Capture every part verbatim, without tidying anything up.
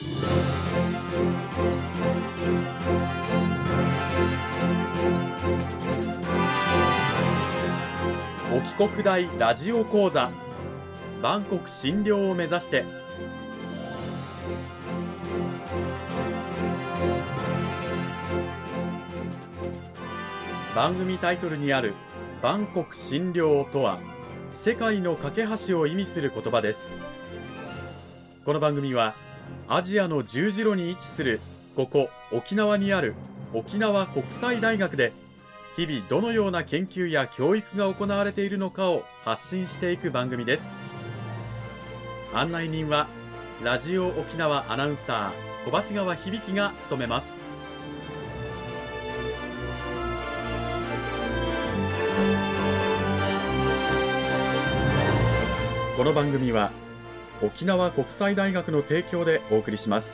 沖国大ラジオ講座、万国診療を目指して。番組タイトルにある万国診療とは、世界の架け橋を意味する言葉です。この番組はアジアの十字路に位置するここ沖縄にある沖縄国際大学で、日々どのような研究や教育が行われているのかを発信していく番組です。案内人はラジオ沖縄アナウンサー小橋川響が務めます。この番組は沖縄国際大学の提供でお送りします。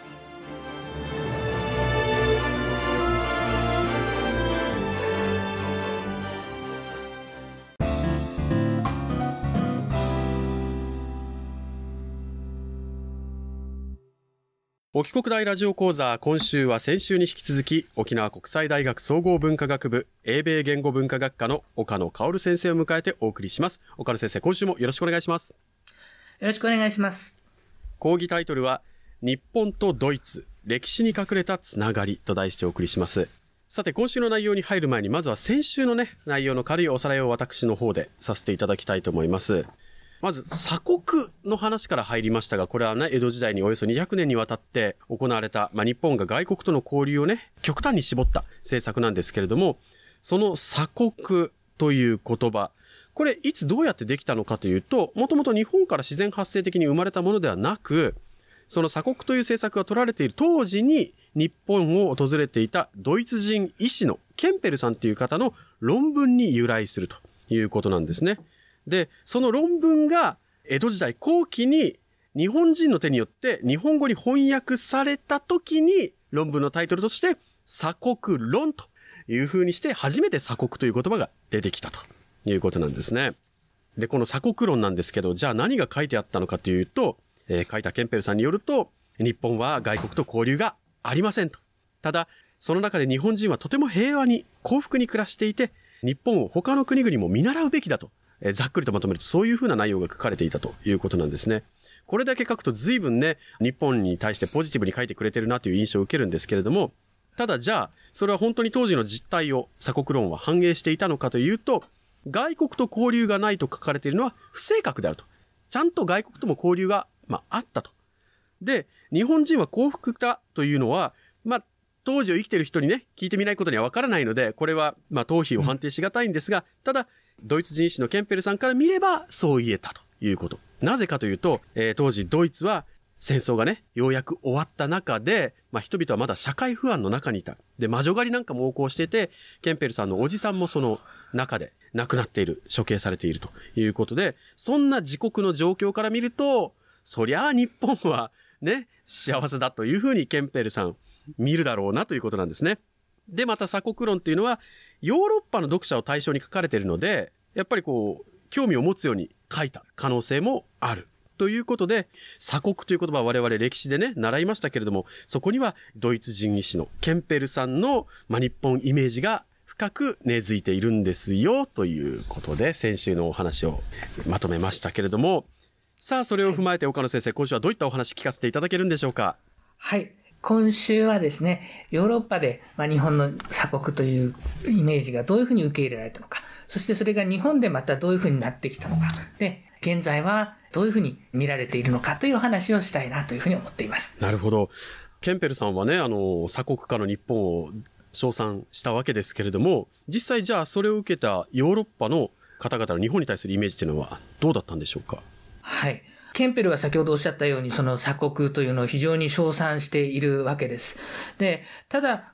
沖国大ラジオ講座、今週は先週に引き続き沖縄国際大学総合文化学部英米言語文化学科の岡野薫先生を迎えてお送りします。岡野先生、今週もよろしくお願いします。 よろしくお願いします。 講義タイトルは日本とドイツ、歴史に隠れたつながりと題してお送りします。さて、今週の内容に入る前に、まずは先週のね内容の軽いおさらいを私の方でさせていただきたいと思います。まず鎖国の話から入りましたが、これはね、江戸時代におよそにひゃくねんにわたって行われた、まあ、日本が外国との交流をね、極端に絞った政策なんですけれども、その鎖国という言葉、これいつどうやってできたのかというと、もともと日本から自然発生的に生まれたものではなく、その鎖国という政策が取られている当時に日本を訪れていたドイツ人医師のケンペルさんという方の論文に由来するということなんですね。で、その論文が江戸時代後期に日本人の手によって日本語に翻訳された時に、論文のタイトルとして鎖国論という風にして初めて鎖国という言葉が出てきたということなんですね。で、この鎖国論なんですけど、じゃあ何が書いてあったのかというと、えー、書いたケンペルさんによると、日本は外国と交流がありませんと。ただ、その中で日本人はとても平和に幸福に暮らしていて、日本を他の国々も見習うべきだと。えー、ざっくりとまとめるとそういう風な内容が書かれていたということなんですね。これだけ書くと随分ね、日本に対してポジティブに書いてくれてるなという印象を受けるんですけれども、ただじゃあ、それは本当に当時の実態を鎖国論は反映していたのかというと、外国と交流がないと書かれているのは不正確であると。ちゃんと外国とも交流が、まあ、あったと。で、日本人は幸福だというのは、まあ、当時を生きている人にね、聞いてみないことにはわからないので、これは、まあ、当否を判定しがたいんですが、うん、ただ、ドイツ人医師のケンペルさんから見れば、そう言えたということ。なぜかというと、えー、当時ドイツは戦争がね、ようやく終わった中で、まあ、人々はまだ社会不安の中にいた。で、魔女狩りなんかも横行してて、ケンペルさんのおじさんもその中で亡くなっている、処刑されているということで、そんな自国の状況から見ると、そりゃあ日本はね、幸せだというふうにケンペルさん見るだろうなということなんですね。で、また鎖国論っていうのは、ヨーロッパの読者を対象に書かれているので、やっぱりこう、興味を持つように書いた可能性もある。ということで、鎖国という言葉は我々歴史でね、習いましたけれども、そこにはドイツ人医師のケンペルさんの、まあ、日本イメージが深く根付いているんですよ、ということで、先週のお話をまとめましたけれども、さあ、それを踏まえて岡野先生、今週はどういったお話聞かせていただけるんでしょうか。 はい。今週はですね、ヨーロッパで、まあ、日本の鎖国というイメージがどういうふうに受け入れられたのか、そしてそれが日本でまたどういうふうになってきたのか、で、現在はどういうふうに見られているのかという話をしたいなというふうに思っています。 なるほど。ケンペルさんはね、あの、鎖国下の日本を称賛したわけですけれども、実際じゃあそれを受けたヨーロッパの方々の日本に対するイメージというのはどうだったんでしょうか。 はい。ケンペルは先ほどおっしゃったように、その鎖国というのを非常に称賛しているわけです。で、ただ、まあ、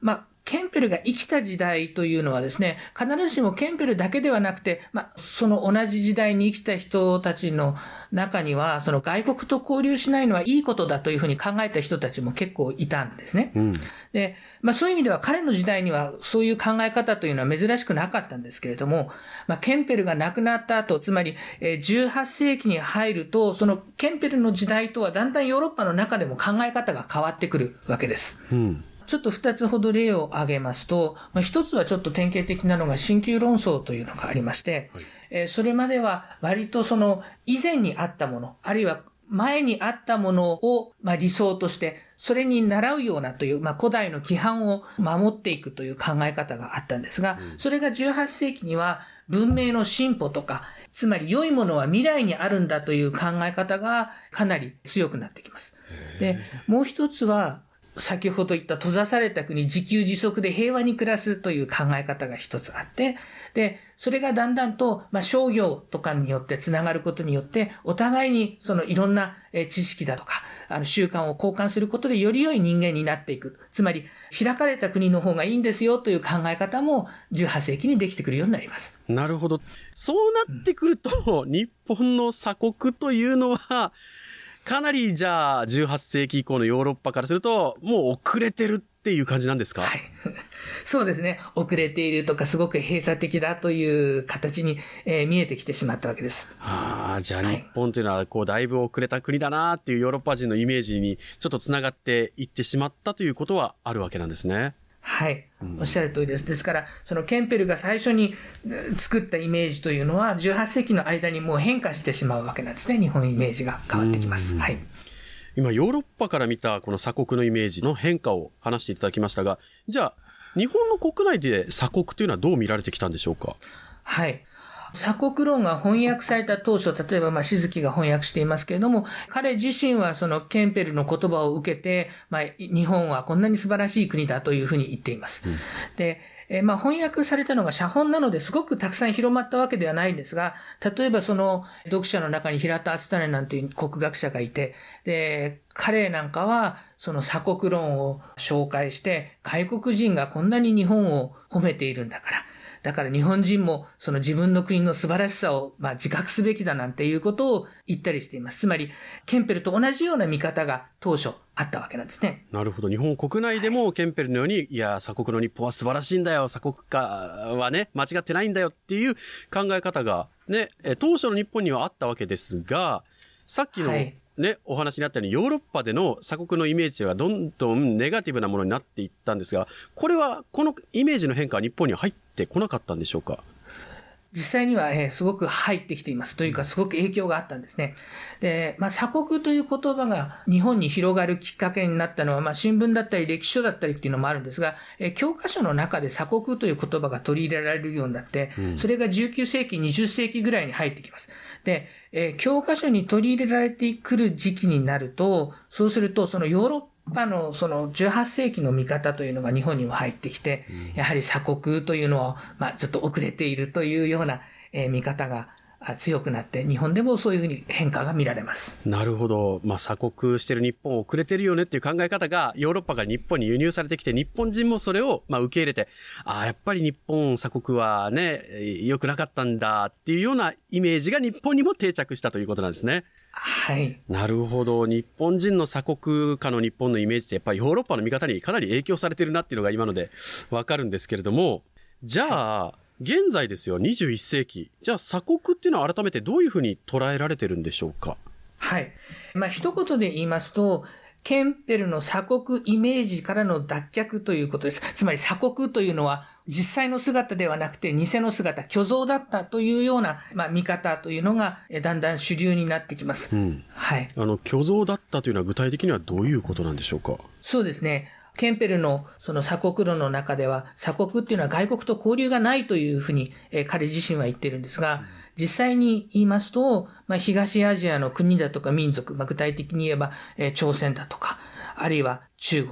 ケンペルが生きた時代というのはですね、必ずしもケンペルだけではなくて、まあ、その同じ時代に生きた人たちの中には、その外国と交流しないのはいいことだというふうに考えた人たちも結構いたんですね。うん、で、まあそういう意味では彼の時代にはそういう考え方というのは珍しくなかったんですけれども、まあケンペルが亡くなった後、つまりじゅうはっせいきに入ると、そのケンペルの時代とはだんだんヨーロッパの中でも考え方が変わってくるわけです。うんちょっと二つほど例を挙げますと、まあ、一つはちょっと典型的なのが新旧論争というのがありまして、はいえー、それまでは割とその以前にあったもの、あるいは前にあったものをまあ理想として、それに倣うようなという、まあ、古代の規範を守っていくという考え方があったんですが、うん、それがじゅうはっせいきには文明の進歩とか、つまり良いものは未来にあるんだという考え方がかなり強くなってきます。で、もう一つは、先ほど言った閉ざされた国自給自足で平和に暮らすという考え方が一つあって、で、それがだんだんと、まあ、商業とかによってつながることによって、お互いにそのいろんな知識だとか、あの習慣を交換することでより良い人間になっていく。つまり、開かれた国の方がいいんですよという考え方もじゅうはっせいきにできてくるようになります。 なるほど。そうなってくると、うん、日本の鎖国というのは、かなりじゃあじゅうはっせいき以降のヨーロッパからするともう遅れてるっていう感じなんですか？はい。 そうですね。遅れているとかすごく閉鎖的だという形に、えー、見えてきてしまったわけです。 ああ、じゃあ日本というのはこうだいぶ遅れた国だなっていうヨーロッパ人のイメージにちょっとつながっていってしまったということはあるわけなんですね。 はい。おっしゃる通りです。ですから、そのケンペルが最初に作ったイメージというのは、じゅうはっせいきの間にもう変化してしまうわけなんですね。日本イメージが変わってきます。はい。 今、ヨーロッパから見たこの鎖国のイメージの変化を話していただきましたが、じゃあ、日本の国内で鎖国というのはどう見られてきたんでしょうか？はい。 鎖国論が翻訳された当初、例えば、まあ、静木が翻訳していますけれども、彼自身はそのケンペルの言葉を受けて、まあ、日本はこんなに素晴らしい国だというふうに言っています。うん、で、えまあ、翻訳されたのが写本なのですごくたくさん広まったわけではないんですが、例えばその読者の中に平田篤胤なんていう国学者がいて、で、彼なんかはその鎖国論を紹介して、外国人がこんなに日本を褒めているんだから、だから日本人もその自分の国の素晴らしさをまあ自覚すべきだなんていうことを言ったりしています。つまり、ケンペルと同じような見方が当初あったわけなんですね。 なるほど。日本国内でもケンペルのように、はい、いや、鎖国の日本は素晴らしいんだよ。鎖国家はね、間違ってないんだよっていう考え方がね、当初の日本にはあったわけですが、さっきの、はいね、お話にあったようにヨーロッパでの鎖国のイメージがどんどんネガティブなものになっていったんですが、これはこのイメージの変化は日本には入ってこなかったんでしょうか？ 実際には、えー、すごく入ってきていますというか、すごく影響があったんですね。で、まあ、鎖国という言葉が日本に広がるきっかけになったのは、まあ、新聞だったり歴史書だったりっていうのもあるんですが、えー、教科書の中で鎖国という言葉が取り入れられるようになって、うん、それがじゅうきゅうせいき、にじゅっせいきぐらいに入ってきます。で、えー、教科書に取り入れられてくる時期になると、そうすると、そのヨーロッパのそのじゅうはっせいきの見方というのが日本にも入ってきて、やはり鎖国というのは、まあ、ちょっと遅れているというような、えー、見方が強くなって、日本でもそういうふうに変化が見られます。 なるほど。まあ、鎖国してる日本遅れてるよねっていう考え方がヨーロッパから日本に輸入されてきて、日本人もそれをまあ受け入れて、ああ、やっぱり日本鎖国はね、良くなかったんだっていうようなイメージが日本にも定着したということなんですね。 はい。なるほど。日本人の鎖国下の日本のイメージってやっぱりヨーロッパの見方にかなり影響されてるなっていうのが今のでわかるんですけれども、じゃあ、はい、現在ですよ、にじゅういっせいき。じゃあ鎖国っていうのは改めてどういうふうに捉えられてるんでしょうか？ はい。まあ一言で言いますと、ケンペルの鎖国イメージからの脱却ということです。つまり鎖国というのは実際の姿ではなくて偽の姿、虚像だったというような、まあ、見方というのがだんだん主流になってきます。うん、はい。 あの、虚像だったというのは具体的にはどういうことなんでしょうか？ そうですね。ケンペルのその鎖国論の中では、鎖国っていうのは外国と交流がないというふうに、えー、彼自身は言ってるんですが、実際に言いますと、まあ、東アジアの国だとか民族、まあ、具体的に言えば、えー、朝鮮だとか、あるいは中国、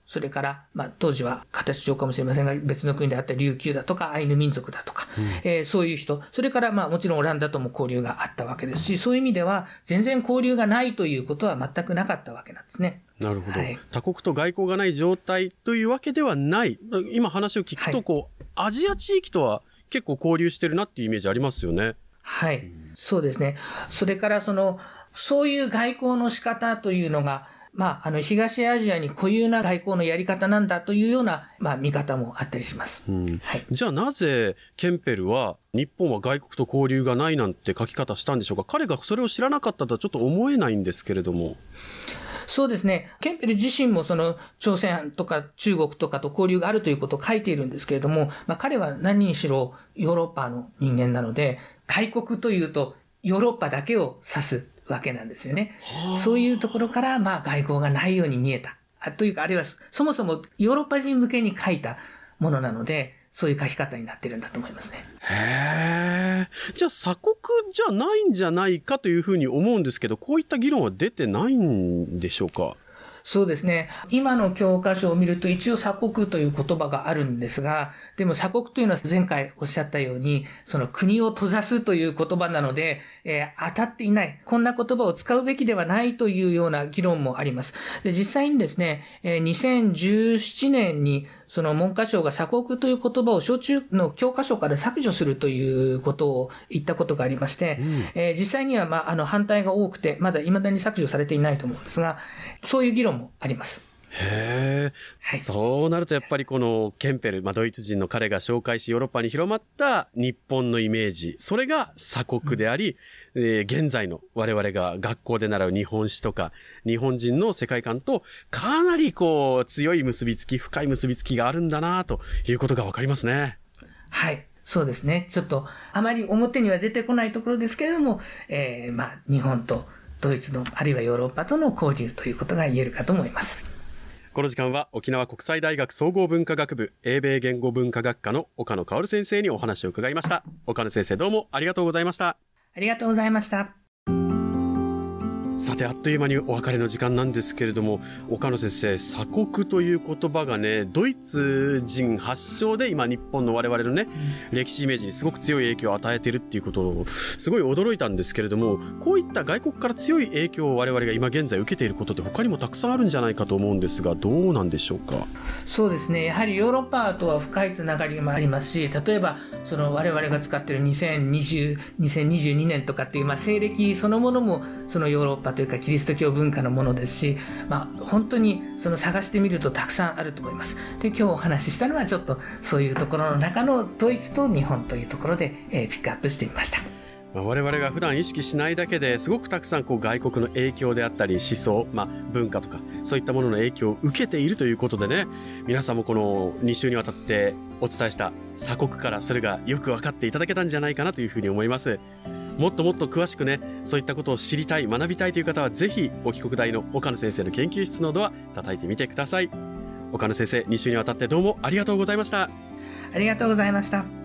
それから、まあ、当時は形上かもしれませんが、別の国であった琉球だとか、アイヌ民族だとか、うん、えー、そういう人、それから、まあ、もちろんオランダとも交流があったわけですし、そういう意味では、全然交流がないということは全くなかったわけなんですね。 なるほど、 はい、 他国と外交がない状態というわけではない。今話を聞くと、こう、はい、アジア地域とは結構交流してるなっていうイメージありますよね。 はい、うん、そうですね。それから、その、そういう外交の仕方というのが、まあ、あの、東アジアに固有な外交のやり方なんだというような、まあ、見方もあったりします。 うんはい、 じゃあなぜ、ケンペルは、日本は外国と交流がないなんて書き方したんでしょうか。彼がそれを知らなかったとはちょっと思えないんですけれども。 そうですね。ケンペル自身もその朝鮮とか中国とかと交流があるということを書いているんですけれども、まあ、彼は何にしろヨーロッパの人間なので、外国というとヨーロッパだけを指すわけなんですよね。そういうところから、まあ外交がないように見えた。というか、あるいはそもそもヨーロッパ人向けに書いたものなので、そういう書き方になってるんだと思いますね。 へー。じゃあ鎖国じゃないんじゃないかというふうに思うんですけど、こういった議論は出てないんでしょうか？ そうですね。今の教科書を見ると一応鎖国という言葉があるんですが、でも鎖国というのは前回おっしゃったように、その国を閉ざすという言葉なので、えー、当たっていない。こんな言葉を使うべきではないというような議論もあります。で、実際にですね、えー、にせんじゅうななねんにその文科省が鎖国という言葉を小中の教科書から削除するということを言ったことがありまして、うん、えー、実際にはまああの反対が多くて、まだ未だに削除されていないと思うんですが、そういう議論もあります。 へえ、はい、そうなるとやっぱりこのケンペル、まあ、ドイツ人の彼が紹介しヨーロッパに広まった日本のイメージ、それが鎖国であり、うん、えー、現在の我々が学校で習う日本史とか日本人の世界観とかなりこう強い結びつき、深い結びつきがあるんだなということがわかりますね。 はい。そうですね。ちょっとあまり表には出てこないところですけれども、えー、まあ日本とドイツのあるいはヨーロッパとの交流ということが言えるかと思います。 この時間は沖縄国際大学総合文化学部英米言語文化学科の岡野薫先生にお話を伺いました。岡野先生、どうもありがとうございました。 ありがとうございました。 さて、あっという間にお別れの時間なんですけれども、岡野先生、鎖国という言葉がね、ドイツ人発祥で今日本の我々のね、うん、歴史イメージにすごく強い影響を与えているっていうことをすごい驚いたんですけれども、こういった外国から強い影響を我々が今現在受けていることって他にもたくさんあるんじゃないかと思うんですが、どうなんでしょうか？ そうですね。やはりヨーロッパとは深いつながりもありますし、例えばその我々が使っているにせんにじゅう、にせんにじゅうにねんとかっていう、まあ、西暦そのものもそのヨーロッパというかキリスト教文化のものですし、まあ、本当にその探してみるとたくさんあると思います。で、今日お話ししたのはちょっとそういうところの中のドイツと日本というところで、えー、ピックアップしてみました。 我々が普段意識しないだけですごくたくさんこう外国の影響であったり思想、まあ、文化とかそういったものの影響を受けているということでね、皆さんもこのに週にわたってお伝えした鎖国からそれがよく分かっていただけたんじゃないかなというふうに思います。もっともっと詳しくね、そういったことを知りたい、学びたいという方はぜひ沖国大の岡野先生の研究室のドア叩いてみてください。岡野先生、に週にわたってどうもありがとうございました。 ありがとうございました。